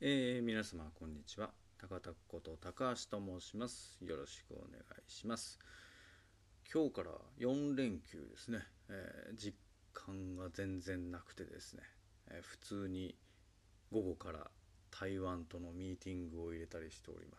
皆様こんにちは。高田こと高橋と申します。よろしくお願いします。今日から4連休ですね。実感が全然なくてですね、普通に午後から台湾とのミーティングを入れたりしております。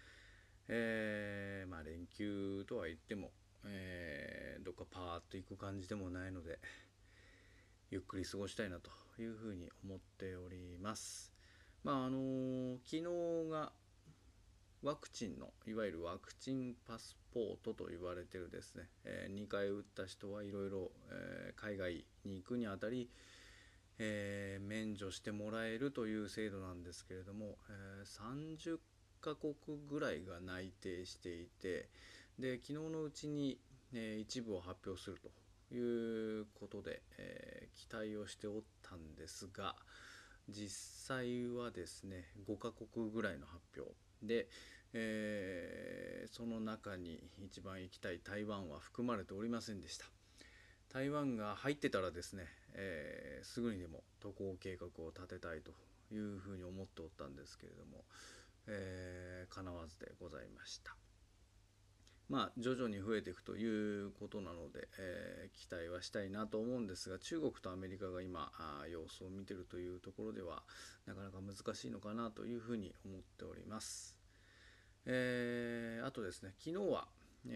連休とは言っても、どっかパーッと行く感じでもないので、ゆっくり過ごしたいなというふうに思っております。昨日がワクチンのいわゆるワクチンパスポートと言われているですね、2回打った人はいろいろ海外に行くにあたり、免除してもらえるという制度なんですけれども、30カ国ぐらいが内定していて、で昨日のうちに、一部を発表するということで、期待をしておったんですが、実際はですね5カ国ぐらいの発表で、その中に一番行きたい台湾は含まれておりませんでした。台湾が入ってたらですね、すぐにでも渡航計画を立てたいというふうに思っておったんですけれども、叶わずでございました。徐々に増えていくということなので、期待はしたいなと思うんですが、中国とアメリカが今様子を見ているというところではなかなか難しいのかなというふうに思っております。あとですね、昨日は、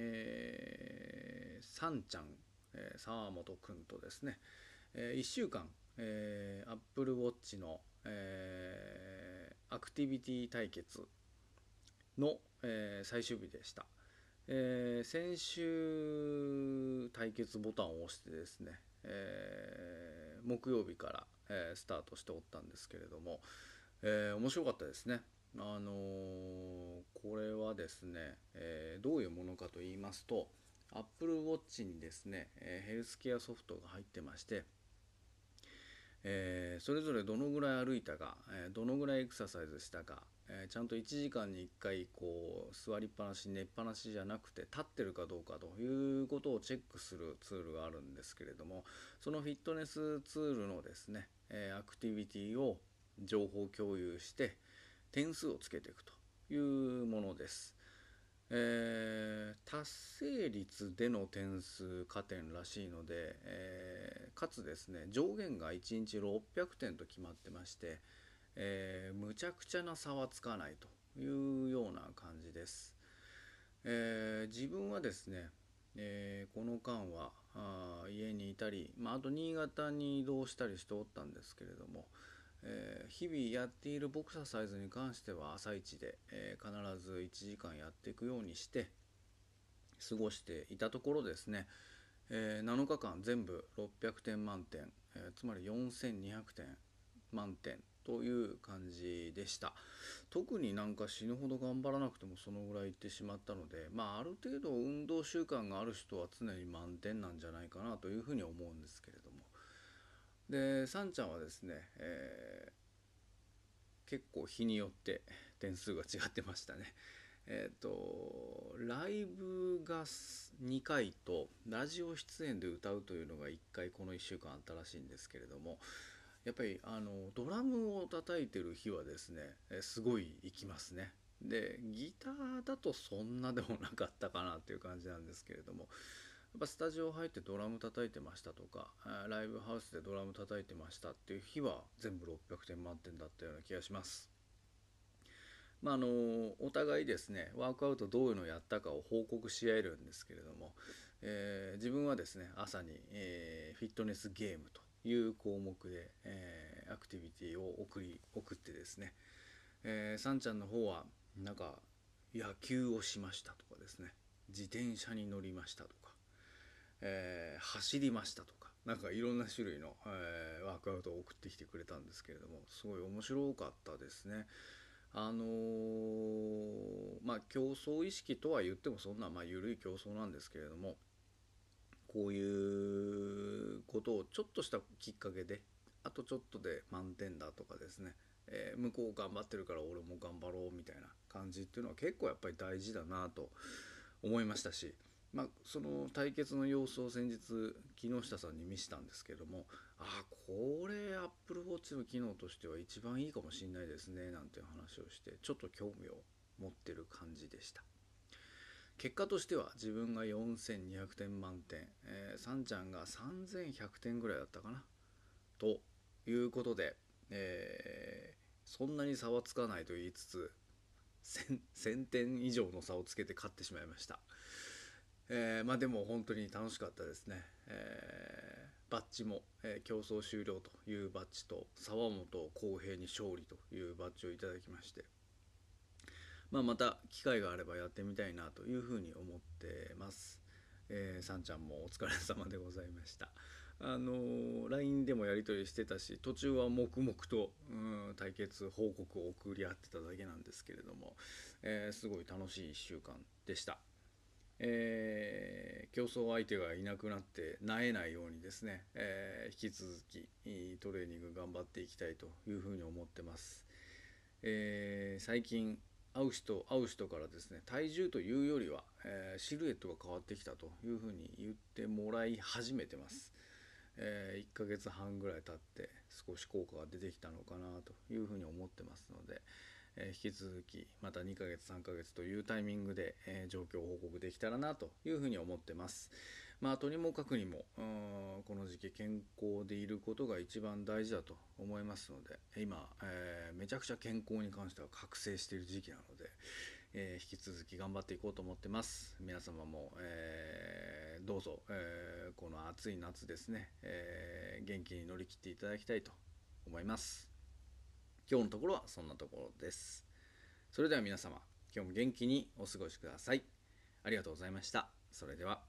さんちゃん、沢本くんとですね、1週間、Apple Watch の、アクティビティ対決の、最終日でした。先週対決ボタンを押してですね、木曜日から、スタートしておったんですけれども、面白かったですね。これはですね、どういうものかと言いますと、Apple Watch にですね、ヘルスケアソフトが入ってまして、それぞれどのぐらい歩いたか、どのぐらいエクササイズしたか、ちゃんと1時間に1回こう座りっぱなし寝っぱなしじゃなくて立ってるかどうかということをチェックするツールがあるんですけれども、そのフィットネスツールのですね、アクティビティを情報共有して点数をつけていくというものです。達成率での点数加点らしいので、かつですね上限が1日600点と決まってまして、むちゃくちゃな差はつかないというような感じです。自分はですね、この間は家にいたり、あと新潟に移動したりしておったんですけれども、日々やっているボクササイズに関しては朝一で、必ず1時間やっていくようにして過ごしていたところですね、7日間全部600点満点、つまり4200点満点という感じでした。特になんか死ぬほど頑張らなくてもそのぐらいいってしまったので、ある程度運動習慣がある人は常に満点なんじゃないかなというふうに思うんですけれども、でさんちゃんはですね、結構日によって点数が違ってましたね。ライブが2回とラジオ出演で歌うというのが1回この1週間あったらしいんですけれども、やっぱりドラムを叩いてる日はですね、すごいいきますね。でギターだとそんなでもなかったかなっていう感じなんですけれども、やっぱスタジオ入ってドラム叩いてましたとか、ライブハウスでドラム叩いてましたっていう日は全部600点満点だったような気がします。お互いですねワークアウトどういうのをやったかを報告し合えるんですけれども、自分はですね朝に、フィットネスゲームという項目で、アクティビティを送ってですね、さんちゃんの方はなんか野球をしましたとかですね、自転車に乗りましたとか、走りましたとか、なんかいろんな種類の、ワークアウトを送ってきてくれたんですけれども、すごい面白かったですね。競争意識とは言ってもそんな緩い競争なんですけれども、こういうことをちょっとしたきっかけであとちょっとで満点だとかですね、向こう頑張ってるから俺も頑張ろうみたいな感じっていうのは結構やっぱり大事だなと思いましたし、 その対決の様子を先日木下さんに見せたんですけども、これ Apple Watch の機能としては一番いいかもしれないですねなんていう話をして、ちょっと興味を持ってる感じでした。結果としては自分が4200点満点、さんちゃんが3100点ぐらいだったかなということで、そんなに差はつかないと言いつつ1000点以上の差をつけて勝ってしまいました。でも本当に楽しかったですね。バッジも、競争終了というバッジと沢本浩平に勝利というバッジをいただきまして、また機会があればやってみたいなというふうに思ってます。さんちゃんもお疲れ様でございました。LINE でもやり取りしてたし、途中は黙々と対決報告を送り合ってただけなんですけれども、すごい楽しい1週間でした。競争相手がいなくなって萎えないようにですね、引き続きトレーニング頑張っていきたいというふうに思ってます。最近会う人からですね、体重というよりは、シルエットが変わってきたというふうに言ってもらい始めてます。1ヶ月半ぐらい経って少し効果が出てきたのかなというふうに思ってますので、引き続きまた2ヶ月3ヶ月というタイミングで、状況を報告できたらなというふうに思ってます。とにもかくにもこの時期健康でいることが一番大事だと思いますので、今、めちゃくちゃ健康に関しては覚醒している時期なので、引き続き頑張っていこうと思ってます。皆様も、どうぞ、この暑い夏ですね、元気に乗り切っていただきたいと思います。今日のところはそんなところです。それでは皆様、今日も元気にお過ごしください。ありがとうございました。それでは。